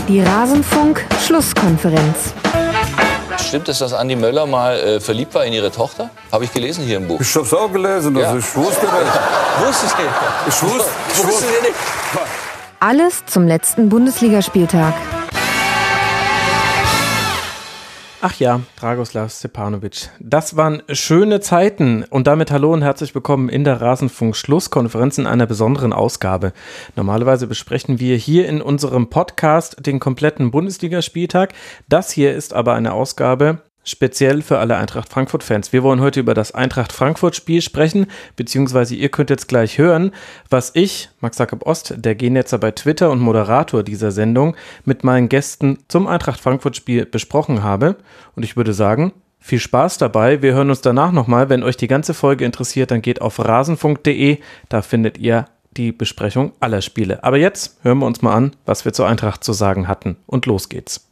Die Rasenfunk-Schlusskonferenz. Stimmt es, dass Andi Möller mal verliebt war in ihre Tochter? Habe ich gelesen hier im Buch. Ich habe es auch gelesen, also ich wusste das. Wusstest du nicht? Ich wusste nicht. Alles zum letzten Bundesligaspieltag. Ach ja, Dragoslav Stepanovic. Das waren schöne Zeiten und damit hallo und herzlich willkommen in der Rasenfunk-Schlusskonferenz in einer besonderen Ausgabe. Normalerweise besprechen wir hier in unserem Podcast den kompletten Bundesligaspieltag. Das hier ist aber eine Ausgabe speziell für alle Eintracht Frankfurt-Fans. Wir wollen heute über das Eintracht-Frankfurt-Spiel sprechen, beziehungsweise ihr könnt jetzt gleich hören, was ich, Max Jakob Ost, der G-Netzer bei Twitter und Moderator dieser Sendung, mit meinen Gästen zum Eintracht-Frankfurt-Spiel besprochen habe. Und ich würde sagen, viel Spaß dabei. Wir hören uns danach nochmal. Wenn euch die ganze Folge interessiert, dann geht auf rasenfunk.de. Da findet ihr die Besprechung aller Spiele. Aber jetzt hören wir uns mal an, was wir zur Eintracht zu sagen hatten. Und los geht's.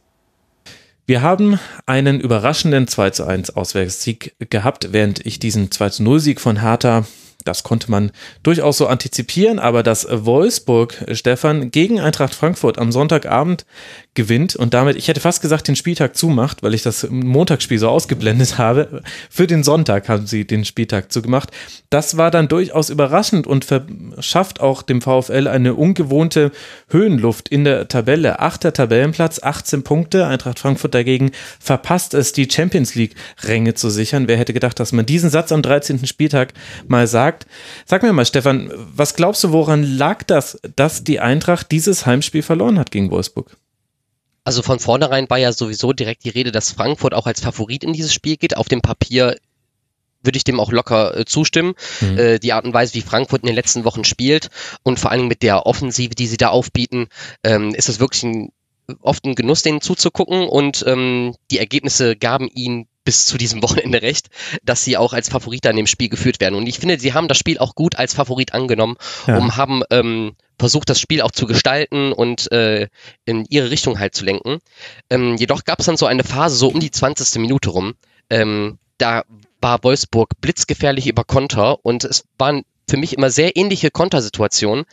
Wir haben einen überraschenden 2:1 Auswärtssieg gehabt, während ich diesen 2:0 Sieg von Hertha, das konnte man durchaus so antizipieren, aber dass Wolfsburg, Stefan, gegen Eintracht Frankfurt am Sonntagabend gewinnt und damit, ich hätte fast gesagt, den Spieltag zumacht, weil ich das Montagsspiel so ausgeblendet habe. Für den Sonntag haben sie den Spieltag zugemacht. Das war dann durchaus überraschend und verschafft auch dem VfL eine ungewohnte Höhenluft in der Tabelle. 8. Tabellenplatz, 18 Punkte. Eintracht Frankfurt dagegen verpasst es, die Champions-League-Ränge zu sichern. Wer hätte gedacht, dass man diesen Satz am 13. Spieltag mal sagt? Sag mir mal, Stefan, was glaubst du, woran lag das, dass die Eintracht dieses Heimspiel verloren hat gegen Wolfsburg? Also von vornherein war ja sowieso direkt die Rede, dass Frankfurt auch als Favorit in dieses Spiel geht. Auf dem Papier würde ich dem auch locker zustimmen. Die Art und Weise, wie Frankfurt in den letzten Wochen spielt und vor allen Dingen mit der Offensive, die sie da aufbieten, ist es wirklich oft ein Genuss, denen zuzugucken und die Ergebnisse gaben ihnen bis zu diesem Wochenende recht, dass sie auch als Favorit an dem Spiel geführt werden. Und ich finde, sie haben das Spiel auch gut als Favorit angenommen und haben versucht, das Spiel auch zu gestalten und in ihre Richtung halt zu lenken. Jedoch gab es dann so eine Phase, so um die 20. Minute rum, da war Wolfsburg blitzgefährlich über Konter und es waren für mich immer sehr ähnliche Kontersituationen.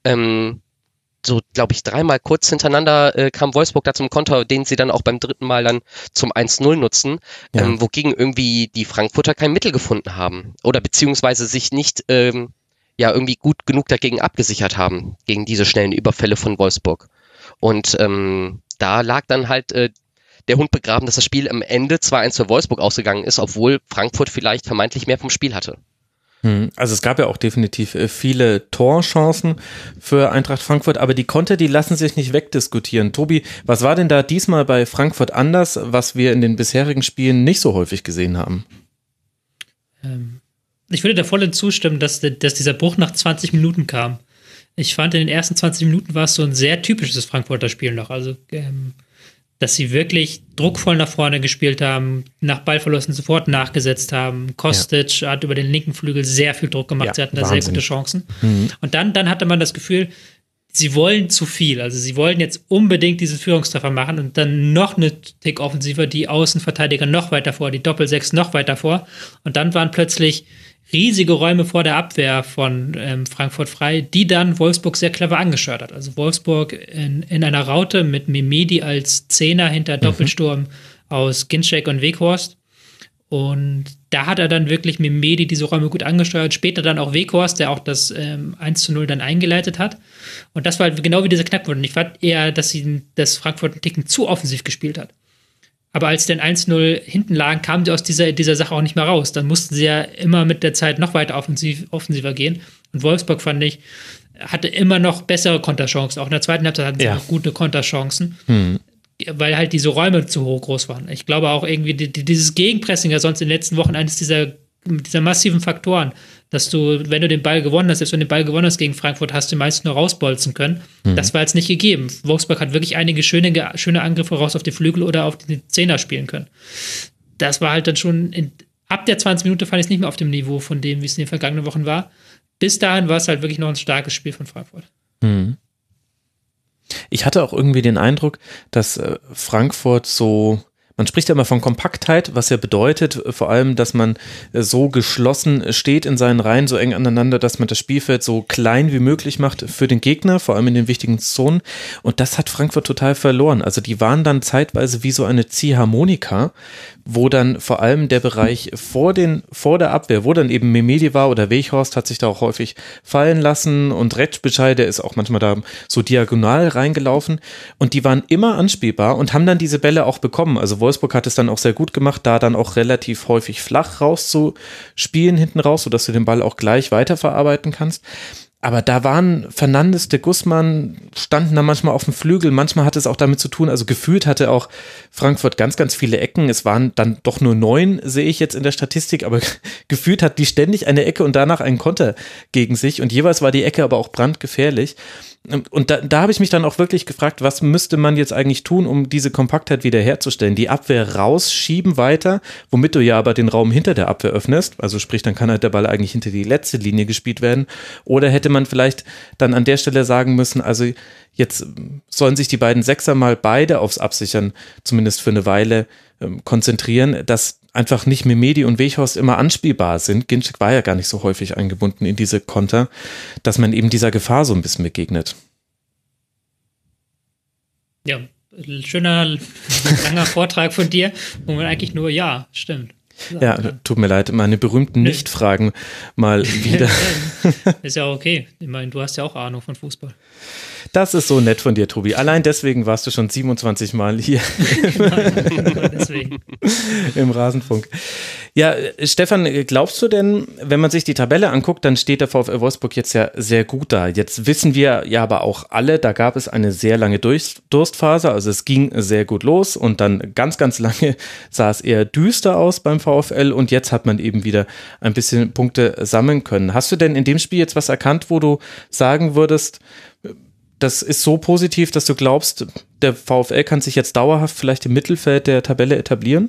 So, glaube ich, 3-mal kurz hintereinander kam Wolfsburg da zum Konter, den sie dann auch beim 3. Mal dann zum 1:0 nutzen, wogegen irgendwie die Frankfurter kein Mittel gefunden haben oder beziehungsweise sich nicht irgendwie gut genug dagegen abgesichert haben, gegen diese schnellen Überfälle von Wolfsburg. Und da lag dann halt der Hund begraben, dass das Spiel am Ende 2:1 für Wolfsburg ausgegangen ist, obwohl Frankfurt vielleicht vermeintlich mehr vom Spiel hatte. Also es gab ja auch definitiv viele Torchancen für Eintracht Frankfurt, aber die Konter, die lassen sich nicht wegdiskutieren. Tobi, was war denn da diesmal bei Frankfurt anders, was wir in den bisherigen Spielen nicht so häufig gesehen haben? Ich würde da voll zustimmen, dass dieser Bruch nach 20 Minuten kam. Ich fand, in den ersten 20 Minuten war es so ein sehr typisches Frankfurter Spiel noch. Also dass sie wirklich druckvoll nach vorne gespielt haben, nach Ballverlusten sofort nachgesetzt haben. Kostic hat über den linken Flügel sehr viel Druck gemacht, sie hatten da sehr gute Chancen. Und dann hatte man das Gefühl, sie wollen zu viel. Also sie wollten jetzt unbedingt diesen Führungstreffer machen und dann noch eine Tick offensiver, die Außenverteidiger noch weiter vor, die Doppel-6 noch weiter vor. Und dann waren plötzlich riesige Räume vor der Abwehr von Frankfurt frei, die dann Wolfsburg sehr clever angesteuert hat. Also Wolfsburg in einer Raute mit Mehmedi als Zehner hinter Doppelsturm aus Ginczek und Weghorst. Und da hat er dann wirklich Mehmedi diese Räume gut angesteuert. Später dann auch Weghorst, der auch das 1:0 dann eingeleitet hat. Und das war halt genau wie dieser Knackpunkt. Und ich fand eher, dass Frankfurt einen Ticken zu offensiv gespielt hat. Aber als dann 1:0 hinten lagen, kamen sie aus dieser Sache auch nicht mehr raus. Dann mussten sie ja immer mit der Zeit noch weiter offensiver gehen. Und Wolfsburg, fand ich, hatte immer noch bessere Konterchancen. Auch in der zweiten Halbzeit hatten sie noch gute Konterchancen, weil halt diese Räume zu groß waren. Ich glaube auch irgendwie, dieses Gegenpressing ja sonst in den letzten Wochen eines dieser massiven Faktoren, dass du, wenn du den Ball gewonnen hast, selbst wenn du den Ball gewonnen hast gegen Frankfurt, hast du meist nur rausbolzen können. Das war jetzt nicht gegeben. Wolfsburg hat wirklich einige schöne Angriffe raus auf die Flügel oder auf die Zehner spielen können. Das war halt dann schon, ab der 20 Minute fand ich es nicht mehr auf dem Niveau von dem, wie es in den vergangenen Wochen war. Bis dahin war es halt wirklich noch ein starkes Spiel von Frankfurt. Ich hatte auch irgendwie den Eindruck, dass Frankfurt so Man spricht ja immer von Kompaktheit, was ja bedeutet vor allem, dass man so geschlossen steht in seinen Reihen, so eng aneinander, dass man das Spielfeld so klein wie möglich macht für den Gegner, vor allem in den wichtigen Zonen. Und das hat Frankfurt total verloren. Also die waren dann zeitweise wie so eine Ziehharmonika, wo dann vor allem der Bereich vor der Abwehr, wo dann eben Mehmedi war oder Weghorst, hat sich da auch häufig fallen lassen und Retschbeschei, der ist auch manchmal da so diagonal reingelaufen und die waren immer anspielbar und haben dann diese Bälle auch bekommen. Also Wolfsburg hat es dann auch sehr gut gemacht, da dann auch relativ häufig flach rauszuspielen hinten raus, sodass du den Ball auch gleich weiterverarbeiten kannst. Aber da waren Fernandes, de Guzman, standen da manchmal auf dem Flügel. Manchmal hatte es auch damit zu tun, also gefühlt hatte auch Frankfurt ganz, ganz viele Ecken. Es waren dann doch nur 9, sehe ich jetzt in der Statistik, aber gefühlt hat die ständig eine Ecke und danach einen Konter gegen sich. Und jeweils war die Ecke aber auch brandgefährlich. Und da habe ich mich dann auch wirklich gefragt, was müsste man jetzt eigentlich tun, um diese Kompaktheit wiederherzustellen? Die Abwehr rausschieben weiter, womit du ja aber den Raum hinter der Abwehr öffnest. Also sprich, dann kann halt der Ball eigentlich hinter die letzte Linie gespielt werden. Oder hätte man vielleicht dann an der Stelle sagen müssen, also jetzt sollen sich die beiden Sechser mal beide aufs Absichern, zumindest für eine Weile, konzentrieren, dass einfach nicht Mehmedi und Weghorst immer anspielbar sind. Ginczek war ja gar nicht so häufig eingebunden in diese Konter, dass man eben dieser Gefahr so ein bisschen begegnet. Ja, schöner, langer Vortrag von dir, wo man eigentlich nur, ja, stimmt. Ja, tut mir leid, meine berühmten Nicht-Fragen mal wieder. Ist ja okay. Ich meine, du hast ja auch Ahnung von Fußball. Das ist so nett von dir, Tobi. Allein deswegen warst du schon 27 Mal hier deswegen. Im Rasenfunk. Ja, Stefan, glaubst du denn, wenn man sich die Tabelle anguckt, dann steht der VfL Wolfsburg jetzt ja sehr gut da. Jetzt wissen wir ja aber auch alle, da gab es eine sehr lange Durstphase, also es ging sehr gut los und dann ganz, ganz lange sah es eher düster aus beim VfL und jetzt hat man eben wieder ein bisschen Punkte sammeln können. Hast du denn in dem Spiel jetzt was erkannt, wo du sagen würdest, das ist so positiv, dass du glaubst, der VfL kann sich jetzt dauerhaft vielleicht im Mittelfeld der Tabelle etablieren?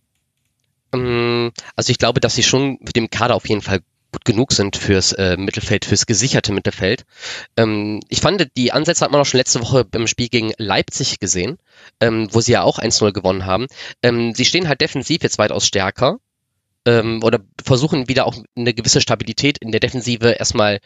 Also ich glaube, dass sie schon mit dem Kader auf jeden Fall gut genug sind fürs Mittelfeld, fürs gesicherte Mittelfeld. Ich fand, die Ansätze hat man auch schon letzte Woche beim Spiel gegen Leipzig gesehen, wo sie ja auch 1-0 gewonnen haben. Sie stehen halt defensiv jetzt weitaus stärker oder versuchen wieder auch eine gewisse Stabilität in der Defensive erstmal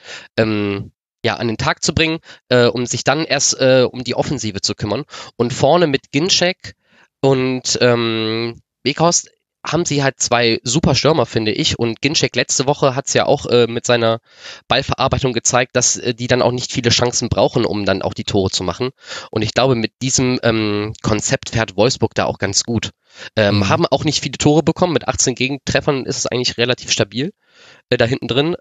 an den Tag zu bringen, um sich dann erst um die Offensive zu kümmern. Und vorne mit Ginczek und Weghorst haben sie halt 2 super Stürmer, finde ich. Und Ginczek letzte Woche hat es ja auch mit seiner Ballverarbeitung gezeigt, dass die dann auch nicht viele Chancen brauchen, um dann auch die Tore zu machen. Und ich glaube, mit diesem Konzept fährt Wolfsburg da auch ganz gut. Haben auch nicht viele Tore bekommen. Mit 18 Gegentreffern ist es eigentlich relativ stabil da hinten drin.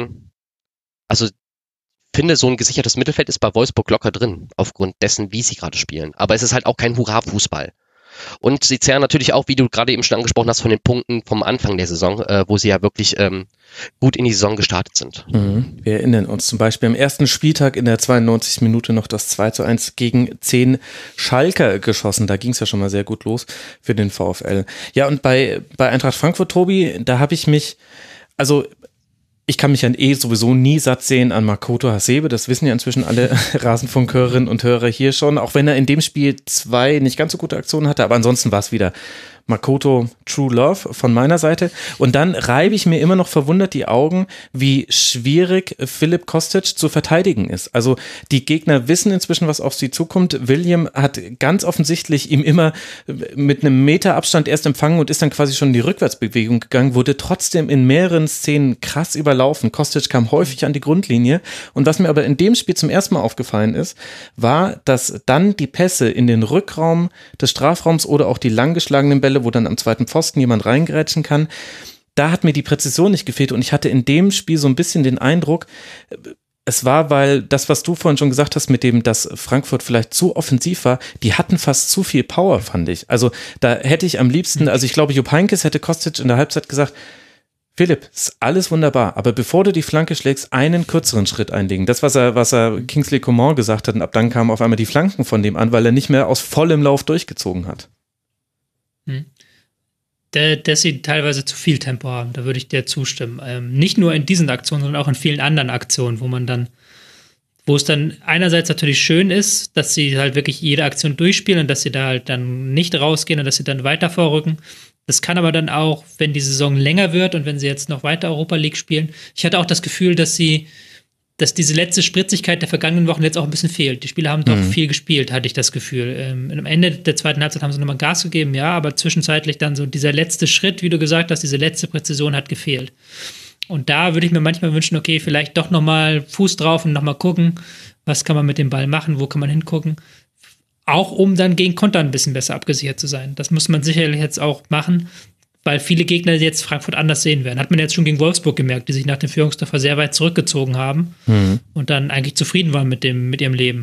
Also finde, so ein gesichertes Mittelfeld ist bei Wolfsburg locker drin, aufgrund dessen, wie sie gerade spielen. Aber es ist halt auch kein Hurra-Fußball. Und sie zehren natürlich auch, wie du gerade eben schon angesprochen hast, von den Punkten vom Anfang der Saison, wo sie ja wirklich gut in die Saison gestartet sind. Wir erinnern uns zum Beispiel am ersten Spieltag in der 92. Minute noch das 2:1 gegen 10 Schalker geschossen. Da ging es ja schon mal sehr gut los für den VfL. Ja, und bei Eintracht Frankfurt, Tobi, da habe ich mich, also ich kann mich ja sowieso nie satt sehen an Makoto Hasebe, das wissen ja inzwischen alle Rasenfunkhörerinnen und Hörer hier schon, auch wenn er in dem Spiel 2 nicht ganz so gute Aktionen hatte, aber ansonsten war es wieder Makoto True Love von meiner Seite. Und dann reibe ich mir immer noch verwundert die Augen, wie schwierig Filip Kostic zu verteidigen ist. Also die Gegner wissen inzwischen, was auf sie zukommt. William hat ganz offensichtlich ihm immer mit einem Meter Abstand erst empfangen und ist dann quasi schon in die Rückwärtsbewegung gegangen, wurde trotzdem in mehreren Szenen krass überlaufen. Kostic kam häufig an die Grundlinie. Und was mir aber in dem Spiel zum ersten Mal aufgefallen ist, war, dass dann die Pässe in den Rückraum des Strafraums oder auch die langgeschlagenen Bälle, wo dann am zweiten Pfosten jemand reingrätschen kann, da hat mir die Präzision nicht gefehlt und ich hatte in dem Spiel so ein bisschen den Eindruck, es war, weil das, was du vorhin schon gesagt hast, mit dem, dass Frankfurt vielleicht zu offensiv war, die hatten fast zu viel Power, fand ich. Also da hätte ich am liebsten, also ich glaube, Jupp Heynckes hätte Kostic in der Halbzeit gesagt, Philipp, ist alles wunderbar, aber bevor du die Flanke schlägst, einen kürzeren Schritt einlegen. Das, was er Kingsley Coman gesagt hat, und ab dann kamen auf einmal die Flanken von dem an, weil er nicht mehr aus vollem Lauf durchgezogen hat. Dass sie teilweise zu viel Tempo haben, da würde ich dir zustimmen. Nicht nur in diesen Aktionen, sondern auch in vielen anderen Aktionen, wo wo es dann einerseits natürlich schön ist, dass sie halt wirklich jede Aktion durchspielen und dass sie da halt dann nicht rausgehen und dass sie dann weiter vorrücken. Das kann aber dann auch, wenn die Saison länger wird und wenn sie jetzt noch weiter Europa League spielen. Ich hatte auch das Gefühl, dass diese letzte Spritzigkeit der vergangenen Wochen jetzt auch ein bisschen fehlt. Die Spieler haben doch viel gespielt, hatte ich das Gefühl. Am Ende der zweiten Halbzeit haben sie nochmal Gas gegeben, ja, aber zwischenzeitlich dann so dieser letzte Schritt, wie du gesagt hast, diese letzte Präzision hat gefehlt. Und da würde ich mir manchmal wünschen, okay, vielleicht doch nochmal Fuß drauf und nochmal gucken, was kann man mit dem Ball machen, wo kann man hingucken. Auch um dann gegen Konter ein bisschen besser abgesichert zu sein. Das muss man sicherlich jetzt auch machen, weil viele Gegner jetzt Frankfurt anders sehen werden. Hat man jetzt schon gegen Wolfsburg gemerkt, die sich nach dem Führungstreffer sehr weit zurückgezogen haben und dann eigentlich zufrieden waren mit ihrem Leben.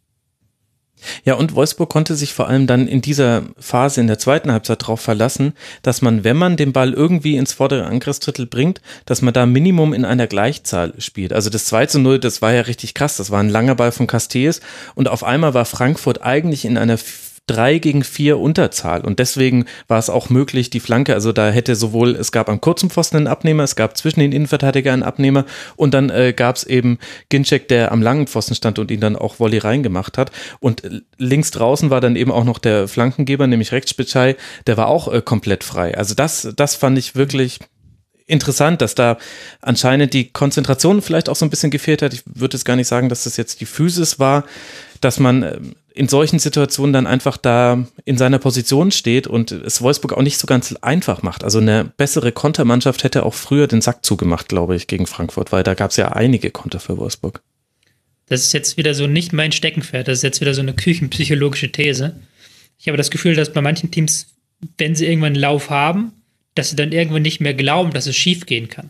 Ja, und Wolfsburg konnte sich vor allem dann in dieser Phase in der zweiten Halbzeit darauf verlassen, dass man, wenn man den Ball irgendwie ins vordere Angriffsdrittel bringt, dass man da Minimum in einer Gleichzahl spielt. Also das 2:0, das war ja richtig krass, das war ein langer Ball von Castells und auf einmal war Frankfurt eigentlich in einer 3-4 Unterzahl und deswegen war es auch möglich, die Flanke, also da hätte es gab am kurzen Pfosten einen Abnehmer, es gab zwischen den Innenverteidigern einen Abnehmer und dann gab es eben Ginczek, der am langen Pfosten stand und ihn dann auch Volley reingemacht hat und links draußen war dann eben auch noch der Flankengeber, nämlich Rekspitschei, der war auch komplett frei. Also das fand ich wirklich interessant, dass da anscheinend die Konzentration vielleicht auch so ein bisschen gefehlt hat. Ich würde jetzt gar nicht sagen, dass das jetzt die Physis war, dass man in solchen Situationen dann einfach da in seiner Position steht und es Wolfsburg auch nicht so ganz einfach macht. Also eine bessere Kontermannschaft hätte auch früher den Sack zugemacht, glaube ich, gegen Frankfurt, weil da gab es ja einige Konter für Wolfsburg. Das ist jetzt wieder so nicht mein Steckenpferd, das ist jetzt wieder so eine küchenpsychologische These. Ich habe das Gefühl, dass bei manchen Teams, wenn sie irgendwann einen Lauf haben, dass sie dann irgendwann nicht mehr glauben, dass es schief gehen kann.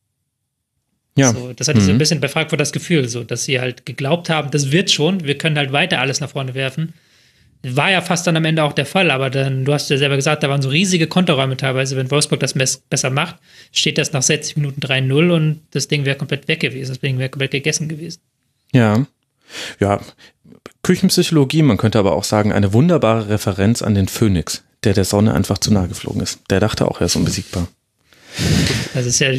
Ja. So, das hatte ich so ein bisschen bei Frankfurt das Gefühl, so, dass sie halt geglaubt haben, das wird schon, wir können halt weiter alles nach vorne werfen. War ja fast dann am Ende auch der Fall, aber dann, du hast ja selber gesagt, da waren so riesige Konterräume teilweise, wenn Wolfsburg das besser macht, steht das nach 60 Minuten 3-0 und das Ding wäre komplett weg gewesen, das Ding wäre komplett gegessen gewesen. Ja, Küchenpsychologie, man könnte aber auch sagen, eine wunderbare Referenz an den Phönix, der Sonne einfach zu nahe geflogen ist. Der dachte auch, er ist unbesiegbar. Das ist ja,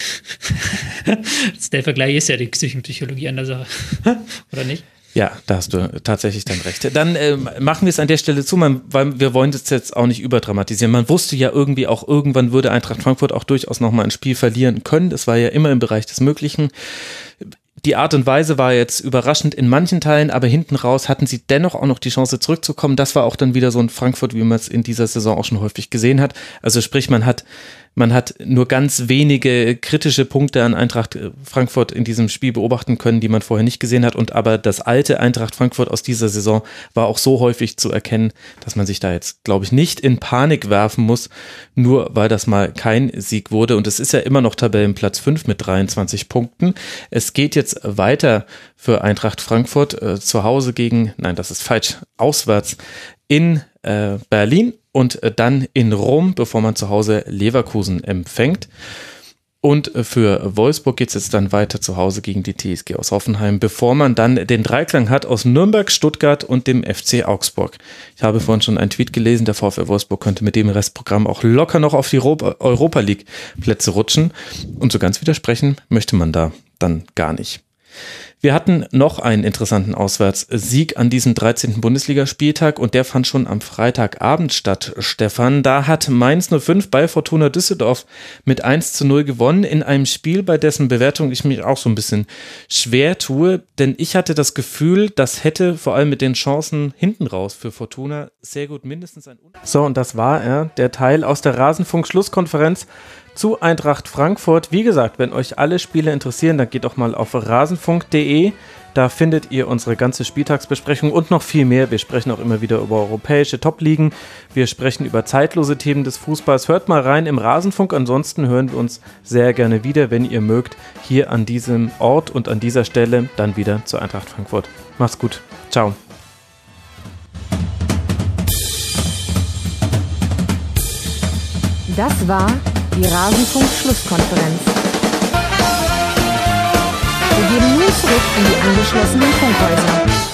der Vergleich ist ja die Küchenpsychologie an der Sache, oder nicht? Ja, da hast du tatsächlich dann recht. Dann machen wir es an der Stelle zu, weil wir wollen das jetzt auch nicht überdramatisieren. Man wusste ja irgendwie auch, irgendwann würde Eintracht Frankfurt auch durchaus nochmal ein Spiel verlieren können. Das war ja immer im Bereich des Möglichen. Die Art und Weise war jetzt überraschend in manchen Teilen, aber hinten raus hatten sie dennoch auch noch die Chance zurückzukommen. Das war auch dann wieder so ein Frankfurt, wie man es in dieser Saison auch schon häufig gesehen hat. Also sprich, man hat nur ganz wenige kritische Punkte an Eintracht Frankfurt in diesem Spiel beobachten können, die man vorher nicht gesehen hat. Und aber das alte Eintracht Frankfurt aus dieser Saison war auch so häufig zu erkennen, dass man sich da jetzt, glaube ich, nicht in Panik werfen muss, nur weil das mal kein Sieg wurde. Und es ist ja immer noch Tabellenplatz 5 mit 23 Punkten. Es geht jetzt weiter für Eintracht Frankfurt zu Hause auswärts in Berlin und dann in Rom, bevor man zu Hause Leverkusen empfängt. Und für Wolfsburg geht es jetzt dann weiter zu Hause gegen die TSG aus Hoffenheim, bevor man dann den Dreiklang hat aus Nürnberg, Stuttgart und dem FC Augsburg. Ich habe vorhin schon einen Tweet gelesen, der VfL Wolfsburg könnte mit dem Restprogramm auch locker noch auf die Europa League Plätze rutschen. Und so ganz widersprechen möchte man da dann gar nicht. Wir hatten noch einen interessanten Auswärtssieg an diesem 13. Bundesligaspieltag und der fand schon am Freitagabend statt, Stefan. Da hat Mainz 05 bei Fortuna Düsseldorf mit 1:0 gewonnen in einem Spiel, bei dessen Bewertung ich mich auch so ein bisschen schwer tue, denn ich hatte das Gefühl, das hätte vor allem mit den Chancen hinten raus für Fortuna sehr gut mindestens ein... So, und das war der Teil aus der Rasenfunk-Schlusskonferenz zu Eintracht Frankfurt. Wie gesagt, wenn euch alle Spiele interessieren, dann geht doch mal auf rasenfunk.de. Da findet ihr unsere ganze Spieltagsbesprechung und noch viel mehr. Wir sprechen auch immer wieder über europäische Top-Ligen. Wir sprechen über zeitlose Themen des Fußballs. Hört mal rein im Rasenfunk. Ansonsten hören wir uns sehr gerne wieder, wenn ihr mögt, hier an diesem Ort und an dieser Stelle dann wieder zur Eintracht Frankfurt. Macht's gut. Ciao. Das war die Rasenfunk-Schlusskonferenz. Wir gehen nun zurück in die angeschlossenen Funkhäuser.